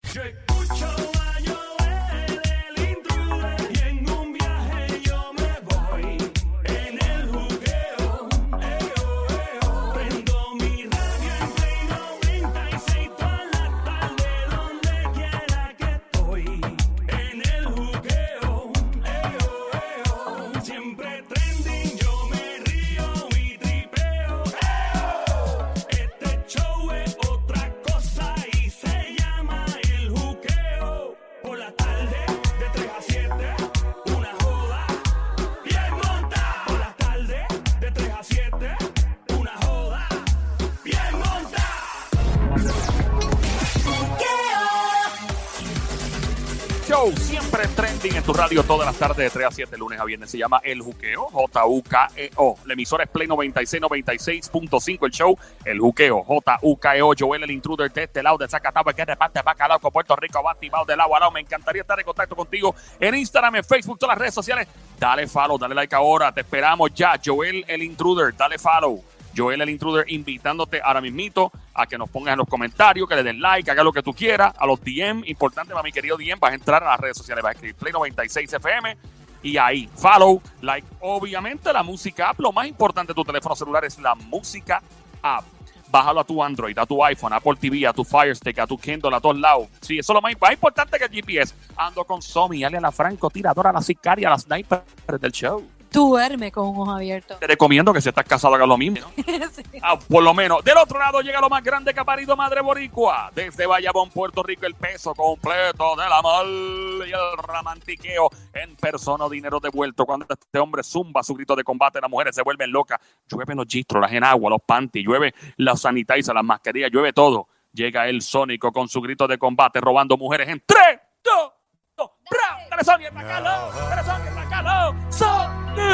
Yo escucho a Joel, el intruder, y en un viaje yo me voy. En el juqueo, prendo mi radio en Play 96 toda la tarde, donde quiera que estoy. En el juqueo, siempre trending, yo me río y tripeo. Este show es otra cosa y se llama el juqueo. Por la tarde, de 3 a 7, una joda bien monta. Por la tarde, de 3 a 7, una joda bien monta. Show siempre trending en tu radio todas las tardes de 3 a 7, lunes a viernes. Se llama El Juqueo, J-U-K-E-O. La emisora es Play 96, 96.5. El show, El Juqueo, J-U-K-E-O. Joel, el intruder de este lado de Zacatau, que reparte bacalao con Puerto Rico, va activado del agua al lado. Me encantaría estar en contacto contigo en Instagram, en Facebook, todas las redes sociales. Dale follow, dale like ahora. Te esperamos ya. Joel, el intruder, dale follow. Joel, el intruder, invitándote ahora mismito a que nos pongas en los comentarios, que le den like, haga lo que tú quieras, a los DM, importante para mi querido DM, vas a entrar a las redes sociales, vas a escribir Play 96 FM y ahí, follow, like, obviamente la música app, lo más importante de tu teléfono celular es la música app. Bájalo a tu Android, a tu iPhone, Apple TV, a tu Fire Stick, a tu Kindle, a todos lados. Sí, eso es lo más importante que el GPS. Ando con Somi, alias la francotiradora, la sicaria, la sniper del show. Duerme con ojos abiertos. Te recomiendo que si estás casado hagas lo mismo, ¿no? Sí. Por lo menos. Del otro lado llega lo más grande que ha parido Madre Boricua. Desde Bayamón, Puerto Rico, el peso completo del amor y el romantiqueo en persona, dinero devuelto. Cuando este hombre zumba su grito de combate, las mujeres se vuelven locas. Llueven los gistros, las enaguas, los panties, llueve los sanitizers, las mascarillas, llueve todo. Llega el Sónico con su grito de combate, robando mujeres en 3, 2, 1. ¡Dale, Sony, el bacalao! ¡Dale, Sony, el bacalao! ¡Sony!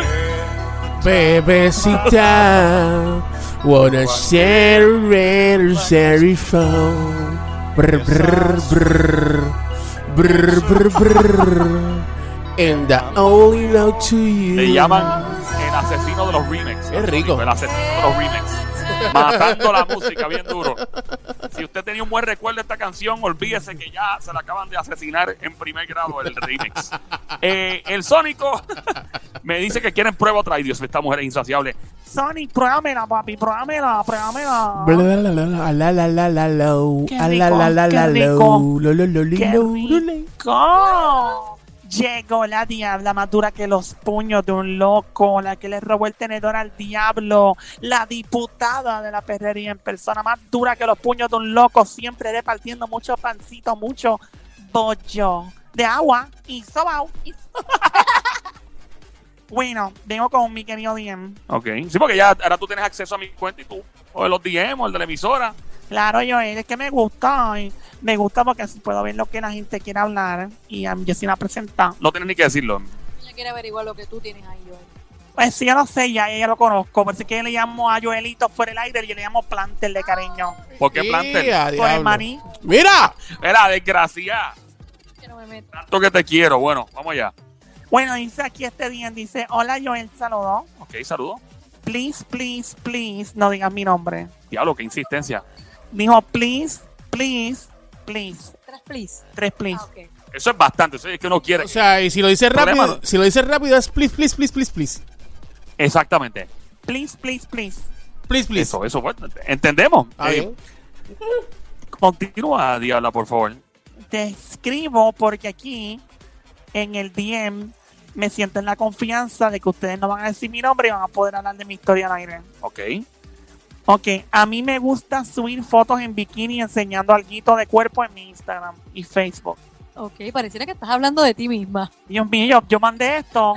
Bebecita, wanna share a phone. Brr, brr, brr, brr, brr, brr. And I only love to you. Le llaman el asesino de los remixes. Es rico. El asesino de los remixes. Matando la música bien duro. Si usted tenía un buen recuerdo de esta canción, olvídese que ya se la acaban de asesinar en primer grado el remix. El Sónico me dice que quieren prueba otra. Ay, Dios, esta mujer es insaciable. Sonic, pruébamela, papi, pruébamela. Bla, la, la, la, la, la, la, la, lo. Qué A la, rico, la, la, qué la, rico. lo, lo, lo, li, ¡Qué lo, lo, le. rico! Llegó la diabla más dura que los puños de un loco, la que le robó el tenedor al diablo, la diputada de la perrería en persona, más dura que los puños de un loco, siempre repartiendo mucho pancito, mucho bollo de agua y sobao. Bueno, vengo con mi querido DM. Ok, sí, porque ya ahora tú tienes acceso a mi cuenta y tú, o de los DM, o el de la emisora. Claro, Joel, es que me gusta. Me gusta porque así puedo ver lo que la gente quiere hablar y yo sí me presenta. No tienes ni que decirlo. Ella quiere averiguar lo que tú tienes ahí, Joel. Pues sí, yo lo sé, ya lo conozco. Por eso es que le llamo a Joelito fuera el aire y yo le llamo Planter de cariño. ¿Por qué Planter? a Por el diablo. maní. ¡Mira! Era desgraciada. Que no me meto. Tanto que te quiero. Bueno, vamos allá. Bueno, dice aquí este día, dice, hola Joel, saludos. Ok, saludos. Please, please, please, no digas mi nombre. Diablo, qué insistencia. Dijo, please, please, please. 3, please. 3, please. Ah, ok. Eso es bastante, eso es que uno quiere. O sea, y si lo dice Problema, rápido, ¿no? si lo dice rápido es please, please, please, please, please. Exactamente. Please, please, please. Please, please. Eso, ¿entendemos? Ah, bien. Continúa, Diabla, por favor. Te escribo porque aquí, en el DM, me siento en la confianza de que ustedes no van a decir mi nombre y van a poder hablar de mi historia al aire. Ok. Ok, a mí me gusta subir fotos en bikini enseñando alguito de cuerpo en mi Instagram y Facebook. Ok, pareciera que estás hablando de ti misma. Dios mío, yo mandé esto.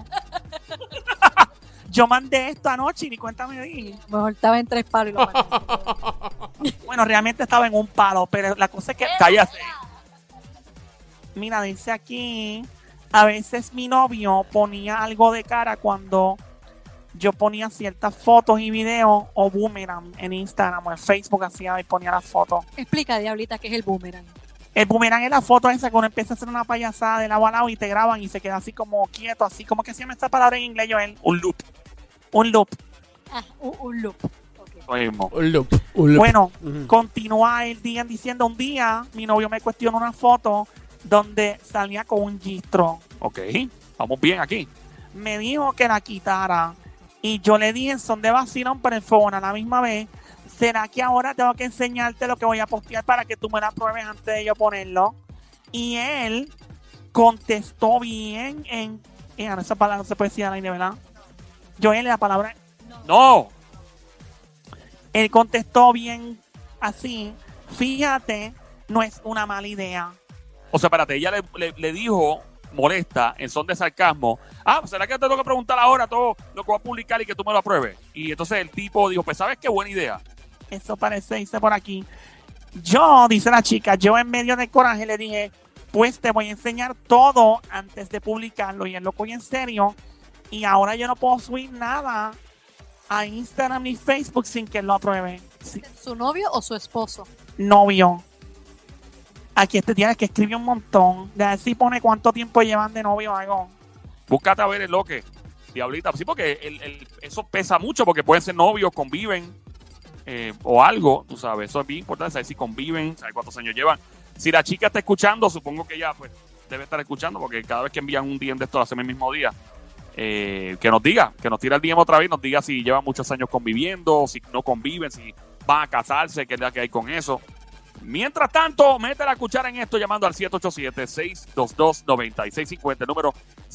Yo mandé esto anoche y ni cuenta me di. Mejor estaba en 3 palos y lo mandé. Bueno, realmente estaba en un palo, pero la cosa es que... Cállate. Mira, dice aquí, a veces mi novio ponía algo de cara cuando yo ponía ciertas fotos y videos o boomerang en Instagram o en Facebook, hacía y ponía las fotos. Explica, Diablita, qué es el boomerang. El boomerang es la foto esa que uno empieza a hacer una payasada de lado a lado y te graban y se queda así como quieto, así como que se llama esta palabra en inglés, Joel. Un loop. Un loop. Ah, un loop. Ok. Eso mismo. Bueno, Ujú. continúa el día diciendo un día, mi novio me cuestionó una foto donde salía con un gistro. Ok, vamos bien aquí. Me dijo que la quitara y yo le dije en son de vacilón, pero en favor a la misma vez. ¿Será que ahora tengo que enseñarte lo que voy a postear para que tú me la pruebes antes de yo ponerlo? Y él contestó bien en esa palabra no se puede decir al aire, ¿verdad? Joel, la palabra. No. Él contestó bien así. Fíjate, no es una mala idea. O sea, espérate, ella le dijo, molesta, en son de sarcasmo, ¿será que te tengo que preguntar ahora todo lo que voy a publicar y que tú me lo apruebes? Y entonces el tipo dijo, pues, ¿sabes qué buena idea? Eso parece, dice por aquí. Yo, dice la chica, yo en medio de coraje le dije, pues te voy a enseñar todo antes de publicarlo. Y él lo cogió en serio. Y ahora yo no puedo subir nada a Instagram ni Facebook sin que él lo apruebe. Sí. ¿Su novio o su esposo? Novio. Aquí tienes que escribir un montón. De ver si pone cuánto tiempo llevan de novio o algo. Búscate a ver el lo que, diablita. Sí, porque eso pesa mucho porque pueden ser novios, conviven o algo, tú sabes. Eso es bien importante, saber si conviven, saber cuántos años llevan. Si la chica está escuchando, supongo que ella pues debe estar escuchando porque cada vez que envían un DM de esto, lo hacen el mismo día. Que nos diga, que nos tire el DM otra vez, nos diga si llevan muchos años conviviendo, si no conviven, si van a casarse, qué es la que hay con eso. Mientras tanto, mete la cuchara en esto llamando al 787-622-9650, el número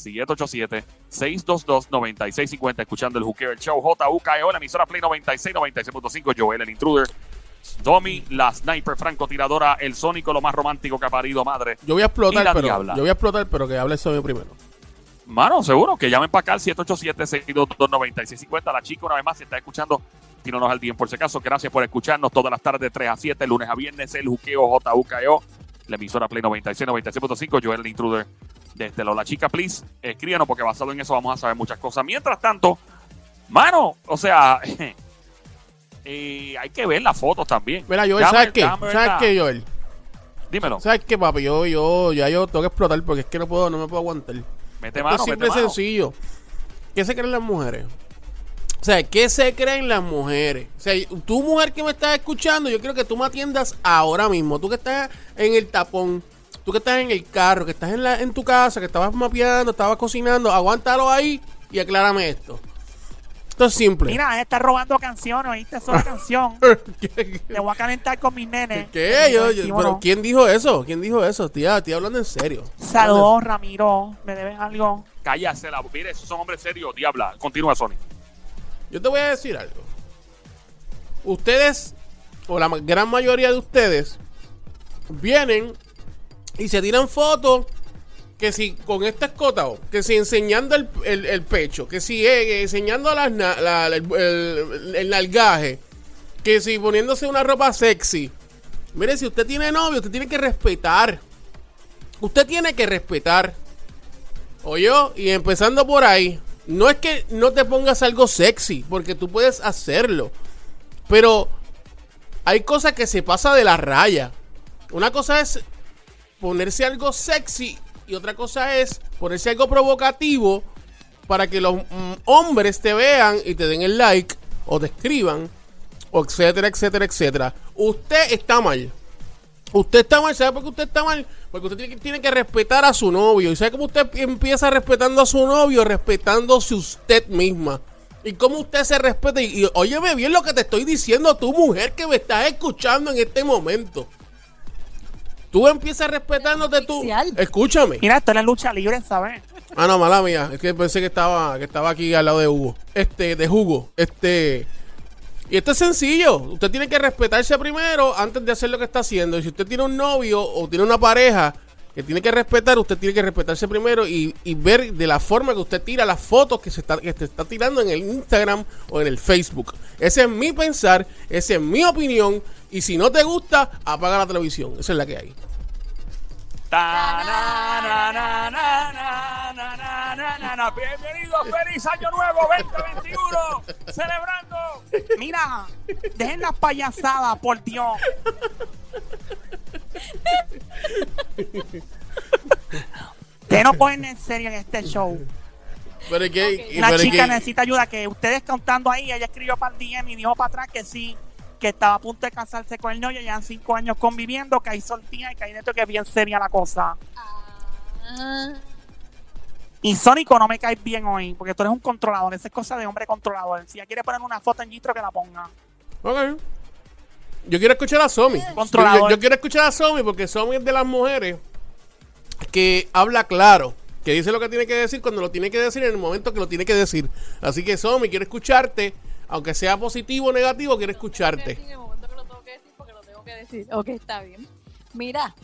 787-622-9650, escuchando el Juqueo, el show JUKEO, la emisora Play 96, 96.5, Joel, el intruder, Tommy, la sniper francotiradora, el sónico, lo más romántico que ha parido madre. Yo voy a Y explotar, la pero diabla. yo voy a explotar, pero que hable Sonia primero. Mano, seguro, que llamen para acá al 787-622-9650. La chica, una vez más, si está escuchando, tíranos al día por si acaso. Gracias por escucharnos todas las tardes de 3 a 7, lunes a viernes, el Juqueo JUKEO, la emisora Play 96, 96.5, Joel, el intruder desde la chica, please, escríbanos porque basado en eso vamos a saber muchas cosas. Mientras tanto, mano, o sea, hay que ver las fotos también. Mira, Joel, Déjame- ¿sabes qué? déjame ¿Sabes verla. qué, Joel? Dímelo, ¿Sabes qué, papi? Yo tengo que explotar porque es que no me puedo aguantar. mete Esto mano, es simple mete y mano. sencillo. ¿Qué se creen las mujeres? O sea, ¿qué se creen las mujeres? O sea, tú, mujer que me estás escuchando, yo quiero que tú me atiendas ahora mismo. Tú que estás en el tapón, tú que estás en el carro, que estás en tu casa, que estabas mapeando, estabas cocinando, aguántalo ahí y aclárame esto. Esto es simple. Mira, está robando canciones, ¿oíste? Es una canción. ¿Qué? Te voy a calentar con mis nenes. Pero ¿quién dijo eso? ¿Quién dijo eso? Tía, estoy hablando en serio. Saludos, Ramiro. ¿Me debes algo? Cállase la... Mire, esos son hombres serios, diabla. Continúa, Sony. Yo te voy a decir algo. Ustedes, o la gran mayoría de ustedes, vienen y se tiran fotos que si con este escotado, que si enseñando el pecho, que si enseñando el nalgaje, que si poniéndose una ropa sexy. Mire, si usted tiene novio, usted tiene que respetar. Usted tiene que respetar. Oye, y empezando por ahí, no es que no te pongas algo sexy, porque tú puedes hacerlo. Pero hay cosas que se pasa de la raya. Una cosa es ponerse algo sexy y otra cosa es ponerse algo provocativo para que los hombres te vean y te den el like o te escriban, o etcétera, etcétera, etcétera. Usted está mal. Usted está mal. ¿Sabe por qué usted está mal? Porque usted tiene que respetar a su novio. ¿Y sabe cómo usted empieza respetando a su novio? Respetándose usted misma. ¿Y cómo usted se respeta? Y óyeme bien lo que te estoy diciendo, tú, mujer que me estás escuchando en este momento. Tú empiezas respetándote tú. Oficial. Escúchame. Mira, esto es la lucha libre, ¿sabes? Ah, no, mala mía. Es que pensé que estaba aquí al lado de Hugo. De Hugo. Y esto es sencillo. Usted tiene que respetarse primero antes de hacer lo que está haciendo. Y si usted tiene un novio o tiene una pareja que tiene que respetar, usted tiene que respetarse primero y ver de la forma que usted tira las fotos que se está tirando en el Instagram o en el Facebook. Ese es mi pensar, esa es mi opinión. Y si no te gusta, apaga la televisión. Esa es la que hay. Bienvenidos, feliz año nuevo 2021, celebrando. Mira, dejen las payasadas, por Dios. Ustedes no pueden en serio en este show. Pero es que, Ok. y- Una pero es chica que- necesita ayuda, que ustedes contando ahí, ella escribió para el DM y dijo para atrás que sí, que estaba a punto de casarse con el novio, llevan 5 años conviviendo, que hay sortía y que hay dentro que es bien seria la cosa. Ah, Y Sónico, no me caes bien hoy, porque tú eres un controlador, esa es cosa de hombre controlador. Si ella quiere poner una foto en Gistro, que la ponga. Ok. Yo quiero escuchar a Somi. Controlador. Yo quiero escuchar a Somi porque Somi es de las mujeres que habla claro, que dice lo que tiene que decir cuando lo tiene que decir en el momento que lo tiene que decir. Así que Somi, quiero escucharte, aunque sea positivo o negativo, quiero escucharte. en el momento que lo tengo que decir, porque lo tengo que decir. Ok, está bien. Mira,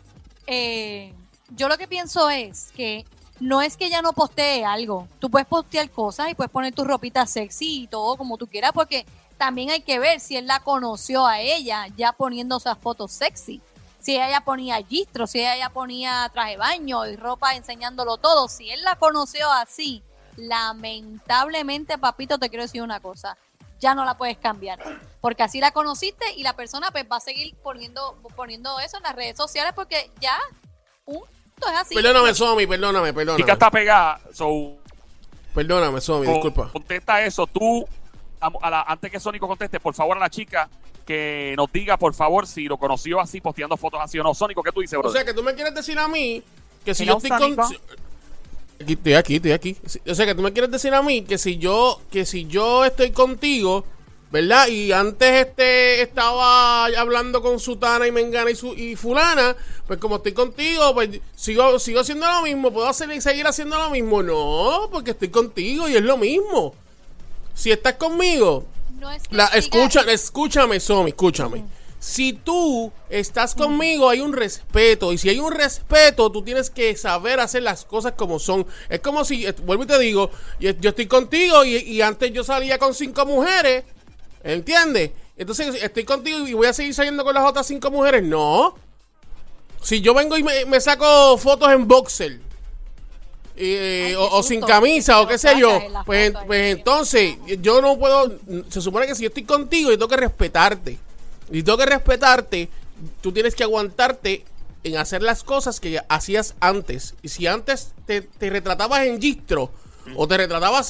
yo lo que pienso es que no es que ella no postee algo. Tú puedes postear cosas y puedes poner tu ropita sexy y todo como tú quieras, porque también hay que ver si él la conoció a ella ya poniendo esas fotos sexy. Si ella ya ponía gistro, si ella ya ponía traje de baño y ropa enseñándolo todo. Si él la conoció así, lamentablemente, papito, te quiero decir una cosa. Ya no la puedes cambiar. Porque así la conociste y la persona pues va a seguir poniendo eso en las redes sociales porque ya, punto, es así. Perdóname, Somi, perdóname. La chica está pegada, so, Perdóname, Somi, disculpa. contesta eso. Tú, antes que Sónico conteste, por favor a la chica que nos diga, por favor, si lo conoció así, posteando fotos así o no. Sónico, ¿qué tú dices, O bro? sea, que tú me quieres decir a mí que si Hello, yo estoy con... Sónico. Estoy aquí. O sea, que tú me quieres decir a mí que si yo estoy contigo, ¿verdad? Y antes estaba hablando con Sutana y Mengana y fulana, pues como estoy contigo, pues sigo haciendo lo mismo, puedo hacer y seguir haciendo lo mismo. No, porque estoy contigo y es lo mismo. Si estás conmigo, No es que siga- escúchame, Somi, escúchame. Si tú estás conmigo, hay un respeto. Y si hay un respeto, tú tienes que saber hacer las cosas como son. Es como si, vuelvo y te digo, yo estoy contigo y antes yo salía con 5 mujeres. ¿Entiendes? Entonces estoy contigo y voy a seguir saliendo con las otras 5 mujeres. No. Si yo vengo y me saco fotos en boxer. Ay, O qué sin susto, camisa que o lo qué sé yo, sacas en la pues, foto, pues ahí. entonces yo no puedo, se supone que si yo estoy contigo yo tengo que respetarte y tengo que respetarte, tú tienes que aguantarte en hacer las cosas que hacías antes. Y si antes te retratabas en gistro o te retratabas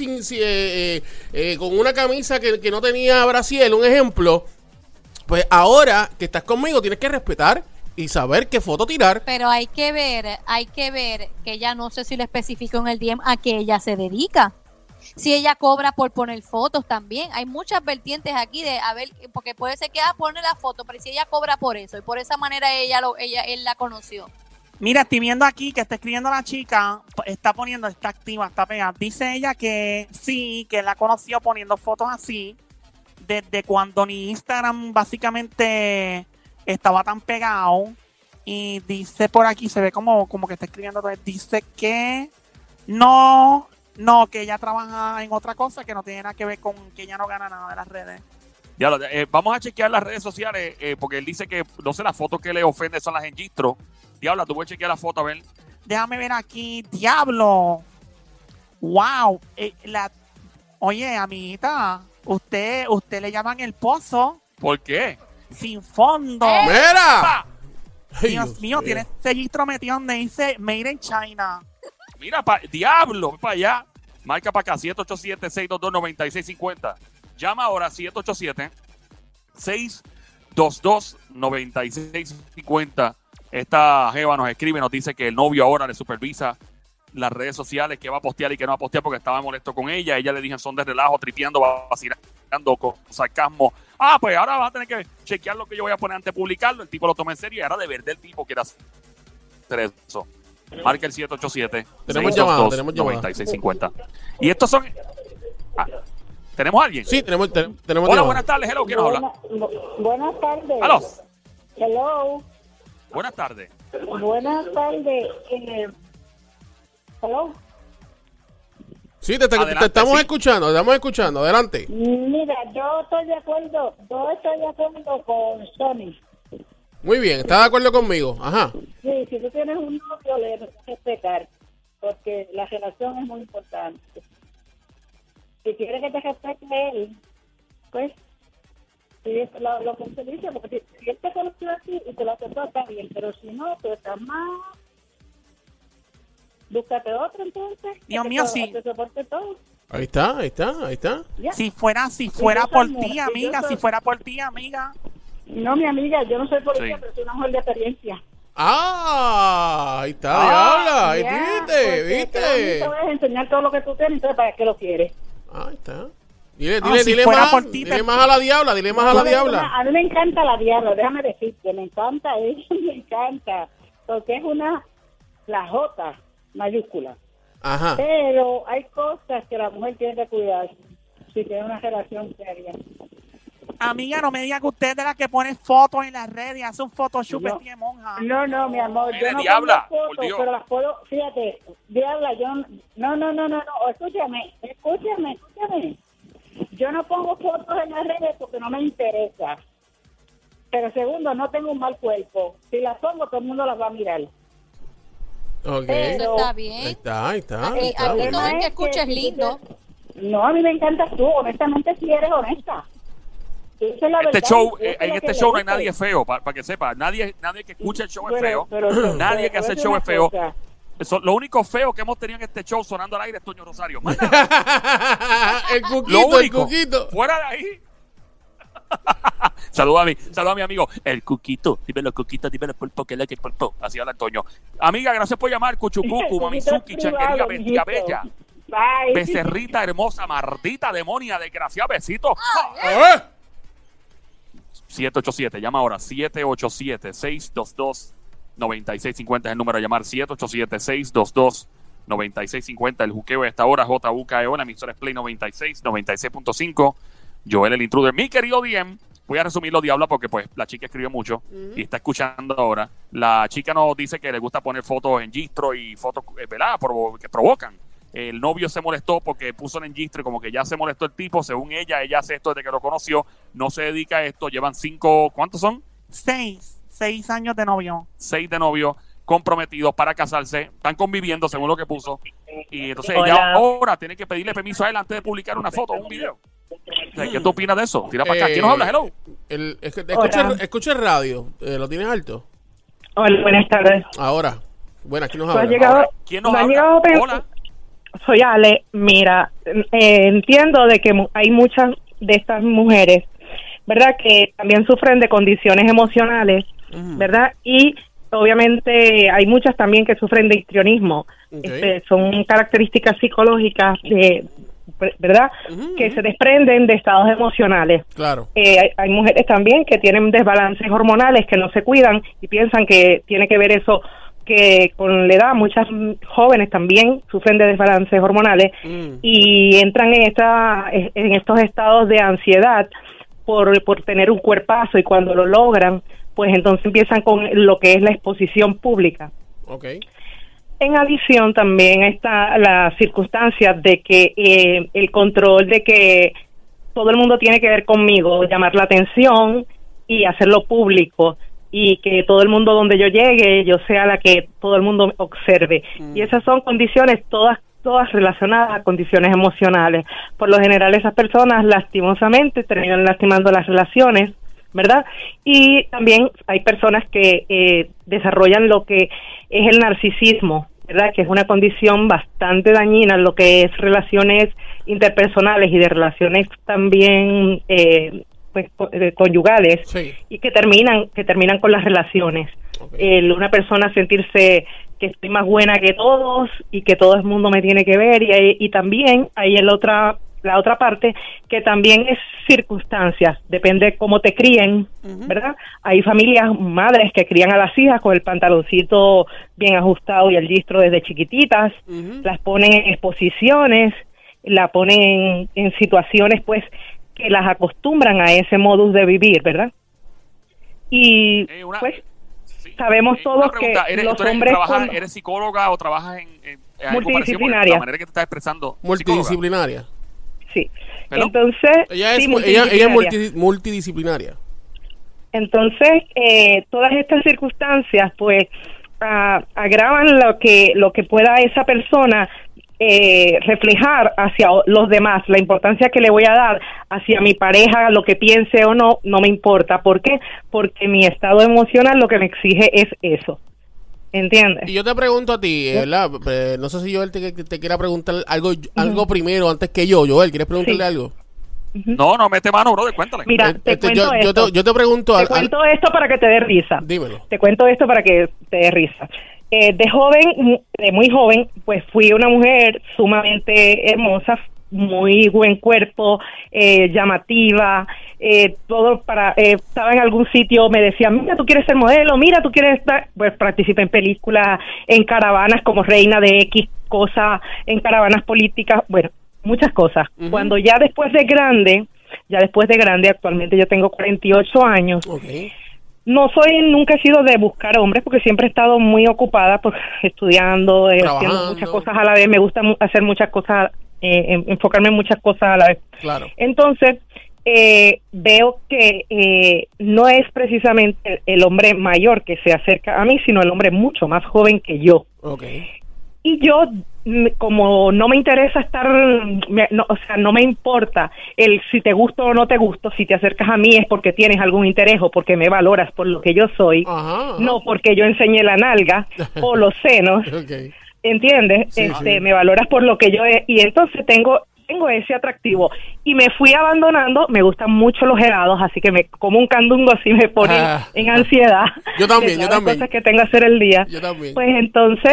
con una camisa que no tenía brasier, un ejemplo, pues ahora que estás conmigo tienes que respetar y saber qué foto tirar. Pero hay que ver que ella no sé si le especificó en el DM a qué ella se dedica. Si ella cobra por poner fotos también. Hay muchas vertientes aquí de, a ver, porque puede ser que pone la foto, pero si ella cobra por eso y por esa manera él la conoció. Mira, estoy viendo aquí que está escribiendo la chica, está activa, está pegada. Dice ella que sí, que la conoció poniendo fotos así, desde cuando ni Instagram básicamente estaba tan pegado. Y dice por aquí, se ve como que está escribiendo, dice que no, que ella trabaja en otra cosa que no tiene nada que ver con que ella no gana nada de las redes. Ya, vamos a chequear las redes sociales, porque él dice que, no sé, las fotos que le ofende son las en Gistro. Diabla, tú voy a chequear la foto, a ver. Déjame ver aquí, diablo. Wow. Oye, amiguita, usted le llaman el pozo ¿Por qué? sin fondo. ¡Mira! Ay, Dios mío, tiene ese registro metido donde dice Made in China. Mira, diablo, para allá. Marca para acá, 787-622-9650. Llama ahora, 787-622-9650. Esta jeva nos escribe, nos dice que el novio ahora le supervisa las redes sociales, que va a postear y que no va a postear porque estaba molesto con ella. Ella le dije son de relajo, tripeando, vacilando con sarcasmo. Pues ahora vas a tener que chequear lo que yo voy a poner antes de publicarlo. El tipo lo toma en serio y ahora de verdad el tipo quiere hacer eso. Marca el 787. Tenemos llamada, tenemos llamada. 9650. Y estos son... ¿Tenemos a alguien? Sí, tenemos Hola, llamada. buenas tardes. Hello, ¿quién nos habla? Buenas tardes. Aló. Hello. Buenas tardes. Buenas tardes. Hello. Sí, te Adelante, estamos sí. escuchando, te estamos escuchando. Adelante. Mira, yo estoy de acuerdo con Sony. Muy bien, ¿estás de acuerdo conmigo? Ajá. Sí, si tú tienes un novio, le debes respetar, porque la relación es muy importante. Si quieres que te respete él, pues, sí, lo que se dice, porque si él te conoció así y te lo aceptó, está bien, pero si no, tú estás mal. búscate otro entonces. Dios que mío, te- sí. te soporte todo. Ahí está, ahí está, ahí está. Ya. Si fuera yo por soy ti, mujer, amiga, y yo si soy- fuera por ti, amiga. No, mi amiga, yo no soy policía, Sí. pero soy una mujer de experiencia. Ahí está, Ah, diabla. Ahí Ya, viste, porque te viste. voy a enseñar todo lo que tú tienes, entonces ¿para qué lo quieres? Ahí está. Dile, Ah, dile, si dile fuera más, por ti, dile te- más a la diabla, dile más a la diabla. A mí me encanta la diabla, déjame decirte, me encanta eso, me encanta, porque es la J mayúscula. Ajá. Pero hay cosas que la mujer tiene que cuidar si tiene una relación seria. Amiga, no me diga que usted es de la que pone fotos en las redes y hace un Photoshop No. vestida de monja. No, mi amor, Mire, yo no diabla, pongo por fotos, Dios. pero las puedo, fíjate, diabla, yo no, escúchame. Yo no pongo fotos en las redes porque no me interesa. Pero segundo, no tengo un mal cuerpo. Si las pongo, todo el mundo las va a mirar. Ok. Eso está Ahí bien. está, ahí está. Ahí Aquí está, bueno. todo el que Es escucha es si tú lindo. No, a mí me encantas tú, honestamente, si eres honesta. Esa es la Este verdad, show, eso es en lo este que show no le hay gusta. nadie feo, para que sepa. Nadie que escucha el show es Pero- feo. pero- Nadie pero que hace el te show voy a es decir feo. una cosa. Lo único feo que hemos tenido en este show sonando al aire es Toño Rosario. Más nada. El Lo cuquito, el único. cuquito. Fuera de ahí. Saluda a mi amigo. El Cuquito. Dímelo, Cuquito, dímelo, pulpo, que es lo que pulpo. Así habla Toño. Amiga, gracias por llamar. Cuchucucu, Mamizuki, Privado, Changuería, Bestia mijito. Bella. Bye. Becerrita hermosa, maldita demonia, desgraciada, besito. ¡Eh! 787, llama ahora. 787-622-9650 es el número a llamar. 787-622-9650. El juqueo de esta hora, JUKEO, la emisora es Play 96, 96.5. Joel el intruder. Mi querido DM, voy a resumirlo, Diabla, porque pues la chica escribió mucho y está escuchando ahora. La chica nos dice que le gusta poner fotos en gistro y fotos, ¿verdad? Que provocan. El novio se molestó porque puso en gistro y como que ya se molestó el tipo. Según ella hace esto desde que lo conoció. No se dedica a esto. Llevan 5, ¿cuántos son? 6 años de novio. 6 de novio comprometidos para casarse. Están conviviendo según lo que puso. Y entonces Hola. ella ahora tiene que pedirle permiso a él antes de publicar una foto o un video. O sea, ¿qué tú opinas de eso? Tira para acá. ¿Quién nos habla? Hello. Escucha el radio. ¿Lo tienes alto? Hola, buenas tardes. Ahora. Bueno, aquí nos ¿Tú has habla. llegado? Ahora, ¿quién nos ¿no has habla? llegado a pensar- Hola. Soy Ale. Mira, entiendo de que hay muchas de estas mujeres, ¿verdad? Que también sufren de condiciones emocionales, ¿verdad? Y obviamente hay muchas también que sufren de histrionismo. Ok. Son características psicológicas, ¿verdad? Que se desprenden de estados emocionales. Claro. Hay mujeres también que tienen desbalances hormonales, que no se cuidan y piensan que tiene que ver eso que con la edad. Muchas jóvenes también sufren de desbalances hormonales y entran en estos estados de ansiedad por tener un cuerpazo, y cuando lo logran, pues entonces empiezan con lo que es la exposición pública. Ok. En adición también está la circunstancia de que el control de que todo el mundo tiene que ver conmigo, llamar la atención y hacerlo público, y que todo el mundo donde yo llegue, yo sea la que todo el mundo observe. Y esas son condiciones todas relacionadas a condiciones emocionales. Por lo general esas personas lastimosamente terminan lastimando las relaciones, ¿verdad? Y también hay personas que desarrollan lo que es el narcisismo, ¿verdad? Que es una condición bastante dañina en lo que es relaciones interpersonales y de relaciones también conyugales, Sí. y que terminan con las relaciones. Ok. Una persona sentirse que estoy más buena que todos y que todo el mundo me tiene que ver, y también hay la otra parte que también es circunstancias, depende cómo te críen, ¿verdad? Hay familias, madres que crían a las hijas con el pantaloncito bien ajustado y el gistro desde chiquititas, las ponen en exposiciones, la ponen en situaciones pues que las acostumbran a ese modus de vivir, ¿verdad? Y pues Sí. sabemos Una todos pregunta, que los ¿tú eres, hombres cuando- ¿eres psicóloga o trabajas en algo parecido? Porque Multidisciplinaria. la manera que te estás expresando. Psicóloga. Multidisciplinaria. sí. ¿Hello? Entonces, Ella es, sí, ella es multidisciplinaria. multidisciplinaria. Entonces, todas estas circunstancias, pues, agravan lo que pueda esa persona reflejar hacia los demás. La importancia que le voy a dar hacia mi pareja, lo que piense o no me importa. ¿Por qué? Porque mi estado emocional lo que me exige es eso. ¿entiendes? Y yo te pregunto a ti, ¿verdad? No sé si Joel te quiera preguntar algo primero antes que yo. Joel, ¿quieres preguntarle Sí. algo? No, mete mano, brother, cuéntale. Mira, te cuento esto. yo te pregunto... Te cuento esto para que te dé risa. Dímelo. Te cuento esto para que te dé risa. De joven, de muy joven, pues fui una mujer sumamente hermosa, muy buen cuerpo, llamativa, todo estaba en algún sitio, me decían, mira, tú quieres ser modelo, mira, tú quieres estar, pues participé en películas, en caravanas como reina de X cosa, en caravanas políticas, bueno, muchas cosas. Ujú. Cuando ya después de grande, actualmente yo tengo 48 años, Okay. nunca he sido de buscar hombres porque siempre he estado muy ocupada pues, estudiando, haciendo Trabajando. muchas cosas a la vez, me gusta hacer muchas cosas, enfocarme en muchas cosas a la vez. Claro. Entonces, veo que no es precisamente el hombre mayor que se acerca a mí, sino el hombre mucho más joven que yo. Okay. Y yo, como no me interesa no me importa el si te gusto o no te gusto, si te acercas a mí es porque tienes algún interés o porque me valoras por lo que yo soy, Ajá. no porque yo enseñé la nalga o los senos, Okay. ¿entiendes? Sí, sí. Me valoras por lo que yo y entonces tengo ese atractivo y me fui abandonando. Me gustan mucho los helados, así que me como un candungo así me pone en ansiedad. Yo también, de yo todas las también. cosas que tengo que hacer el día. Yo también. Pues entonces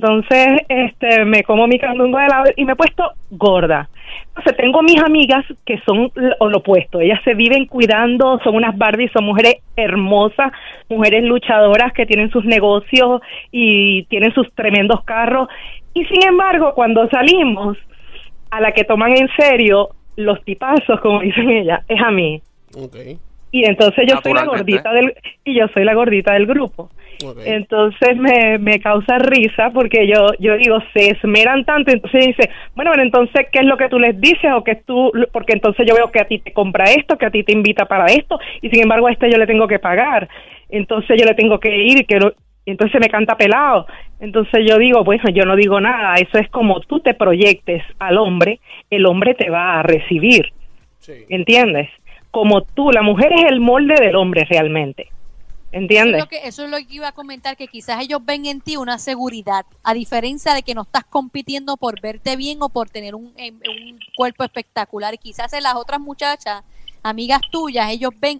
me como mi candungo de helado y me he puesto gorda. Entonces tengo mis amigas que son lo opuesto. Ellas se viven cuidando, son unas Barbies, son mujeres hermosas, mujeres luchadoras que tienen sus negocios y tienen sus tremendos carros. Y sin embargo, cuando salimos, a la que toman en serio los tipazos, como dicen ellas, es a mí. Okay. Y entonces yo soy la Naturalmente. gordita del grupo. Okay. Entonces me causa risa porque yo digo, se esmeran tanto, entonces dice, bueno, entonces, ¿qué es lo que tú les dices? O que porque entonces yo veo que a ti te compra esto, que a ti te invita para esto, y sin embargo a este yo le tengo que pagar, entonces yo le tengo que ir, y entonces me canta pelado. Entonces yo digo, bueno, yo no digo nada, eso es como tú te proyectes al hombre, el hombre te va a recibir, Sí. ¿entiendes? Como tú, la mujer es el molde del hombre realmente, ¿entiendes? Eso es lo que iba a comentar, que quizás ellos ven en ti una seguridad, a diferencia de que no estás compitiendo por verte bien o por tener un cuerpo espectacular. Y quizás en las otras muchachas, amigas tuyas, ellos ven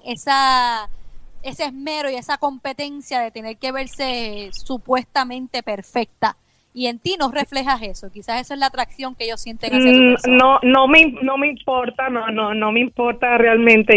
ese esmero y esa competencia de tener que verse supuestamente perfecta. Y en ti no reflejas eso. Quizás esa es la atracción que ellos sienten hacia tu persona. No me importa, no me importa realmente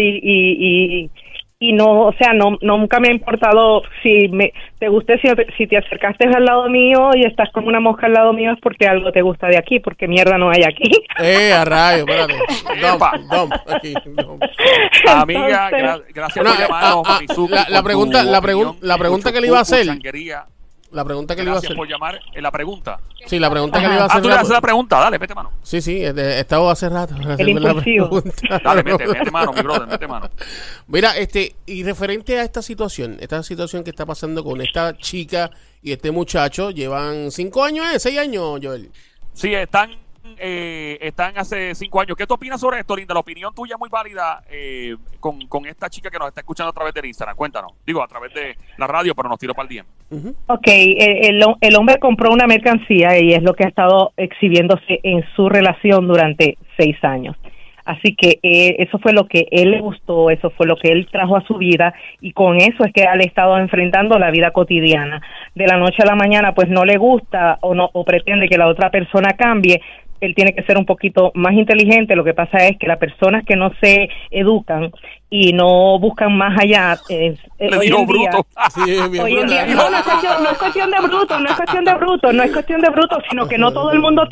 y no, o sea, nunca me ha importado si te guste, si te acercaste al lado mío y estás como una mosca al lado mío es porque algo te gusta de aquí, porque mierda no hay aquí. A rayo, espérate. Epa. Dump, aquí, dump. Amiga, Entonces- gracias No, por llamarnos, Mizuki, la por pregunta- tu la opinión, pregunta por que le iba a tu hacer. changuería. La pregunta que le iba a Gracias hacer. por llamar. La pregunta. Sí, la pregunta que le iba a hacer. Tú le haces la pregunta, dale, mete mano. Sí, he estado hace rato. haciendo la impulsivo. pregunta. Dale, mete mano, mi brother, mete mano. Mira, y referente a esta situación que está pasando con esta chica y este muchacho, llevan 5 años, 6 años, Joel. Sí, están hace 5 años. ¿Qué tú opinas sobre esto, Linda? La opinión tuya es muy válida con esta chica que nos está escuchando a través del Instagram. Cuéntanos. Digo, a través de la radio, pero nos tiró para el DM. Ok, el hombre compró una mercancía y es lo que ha estado exhibiéndose en su relación durante 6 años. Así que eso fue lo que él le gustó, eso fue lo que él trajo a su vida y con eso es que él ha estado enfrentando la vida cotidiana. De la noche a la mañana pues no le gusta o pretende que la otra persona cambie. Él tiene que ser un poquito más inteligente. Lo que pasa es que las personas que no se educan y no buscan más allá Le hoy digo en día, bruto. Sí, bien hoy en día, brutal. no es cuestión de bruto, sino que no todo el mundo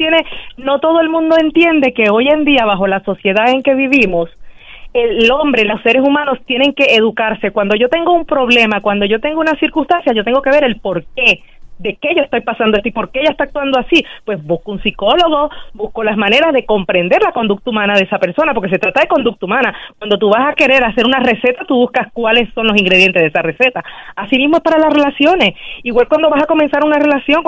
entiende que hoy en día, bajo la sociedad en que vivimos, el hombre, los seres humanos tienen que educarse. Cuando yo tengo un problema, cuando yo tengo una circunstancia, yo tengo que ver el porqué de qué yo estoy pasando esto y por qué ella está actuando así. Pues busco un psicólogo, busco las maneras de comprender la conducta humana de esa persona, porque se trata de conducta humana. Cuando tú vas a querer hacer una receta, tú buscas cuáles son los ingredientes de esa receta. Así mismo es para las relaciones. Igual cuando vas a comenzar una relación,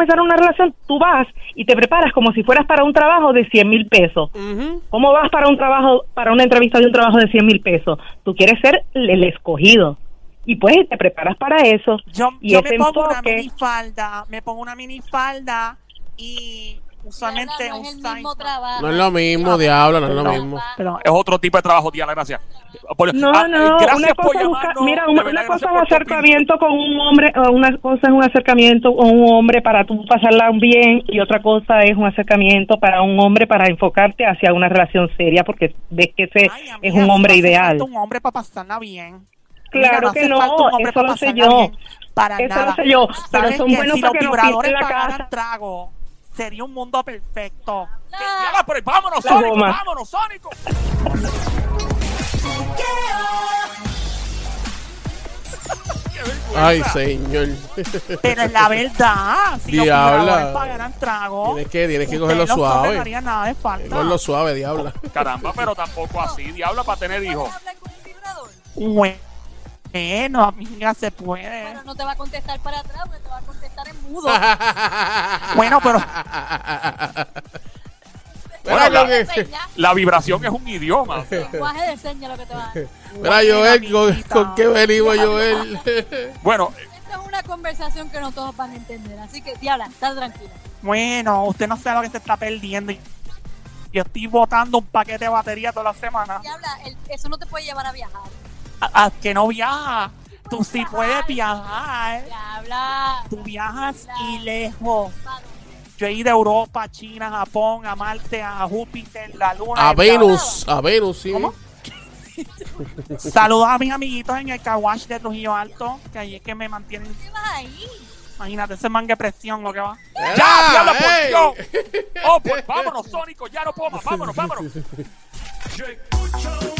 tú vas y te preparas como si fueras para un trabajo de 100,000 pesos. ¿Cómo vas para una entrevista de un trabajo de 100,000 pesos? Tú quieres ser el escogido. y pues te preparas para eso. Yo y ese me pongo enfoque, una minifalda y usualmente Diabla, no un es el size mismo up. trabajo. No es lo mismo, diablo, no es lo No. mismo. Pero Es otro tipo de trabajo, Diana, gracias. no, Gracias una por cosa, llamarnos. mira, de una verdad, cosa gracias es un por tu opinión. acercamiento con un hombre, o una cosa es un acercamiento con un hombre para tú pasarla bien, y otra cosa es un acercamiento para un hombre para enfocarte hacia una relación seria, porque ves que ese Ay, es amiga, un hombre si no hace ideal. falta un hombre para pasarla bien. Claro Mira, que hace no, falta un hombre eso para lo sé pasarla yo. bien, para Eso nada. lo sé yo, pero ¿Sabes son qué? buenos Si para los que nos vibradores pinten la pagaran casa. trago, sería un mundo perfecto. Diana, pero vámonos, La Sónico, goma. vámonos, Sónico. Qué vergüenza. Ay, señor. Pero es la verdad, si los Diabla. vibradores pagaran trago, Tienes que ustedes, cogerlo los hombres, suave. no harían nada de falta. Cogerlo suave, diabla. Caramba, pero tampoco así, diabla, para tener hijos. ¿Puedes hablar con un vibrador? Bueno, amiga, se puede. Pero no te va a contestar para atrás, porque te va a contestar en mudo. Bueno, pero Mira, Bueno, que- La vibración es un idioma. Lenguaje de señas lo que te va a dar. mira, Joel, ¿con qué venimos, Joel? Bueno, Esta es una conversación que no todos van a entender, así que, diabla, está tranquila. bueno, usted no sabe lo que se está perdiendo. Yo estoy botando un paquete de batería toda la semana. Diabla, eso no te puede llevar a viajar. ¿A que no viaja? Tú sí puedes viajar. Diabla. Tú viajas y lejos. Yo he ido a Europa, China, Japón, a Marte, a Júpiter, la Luna. A el Venus, sí. ¿Cómo? Saludos a mis amiguitos en el car wash de Trujillo Alto, que ahí es que me mantienen. ¿Qué vas ahí? Imagínate ese mangue presión lo que va. ya, diabla, por ¡Ey! Dios. Oh, pues vámonos, Sónico, ya no puedo más. Vámonos, vámonos. Yo escucho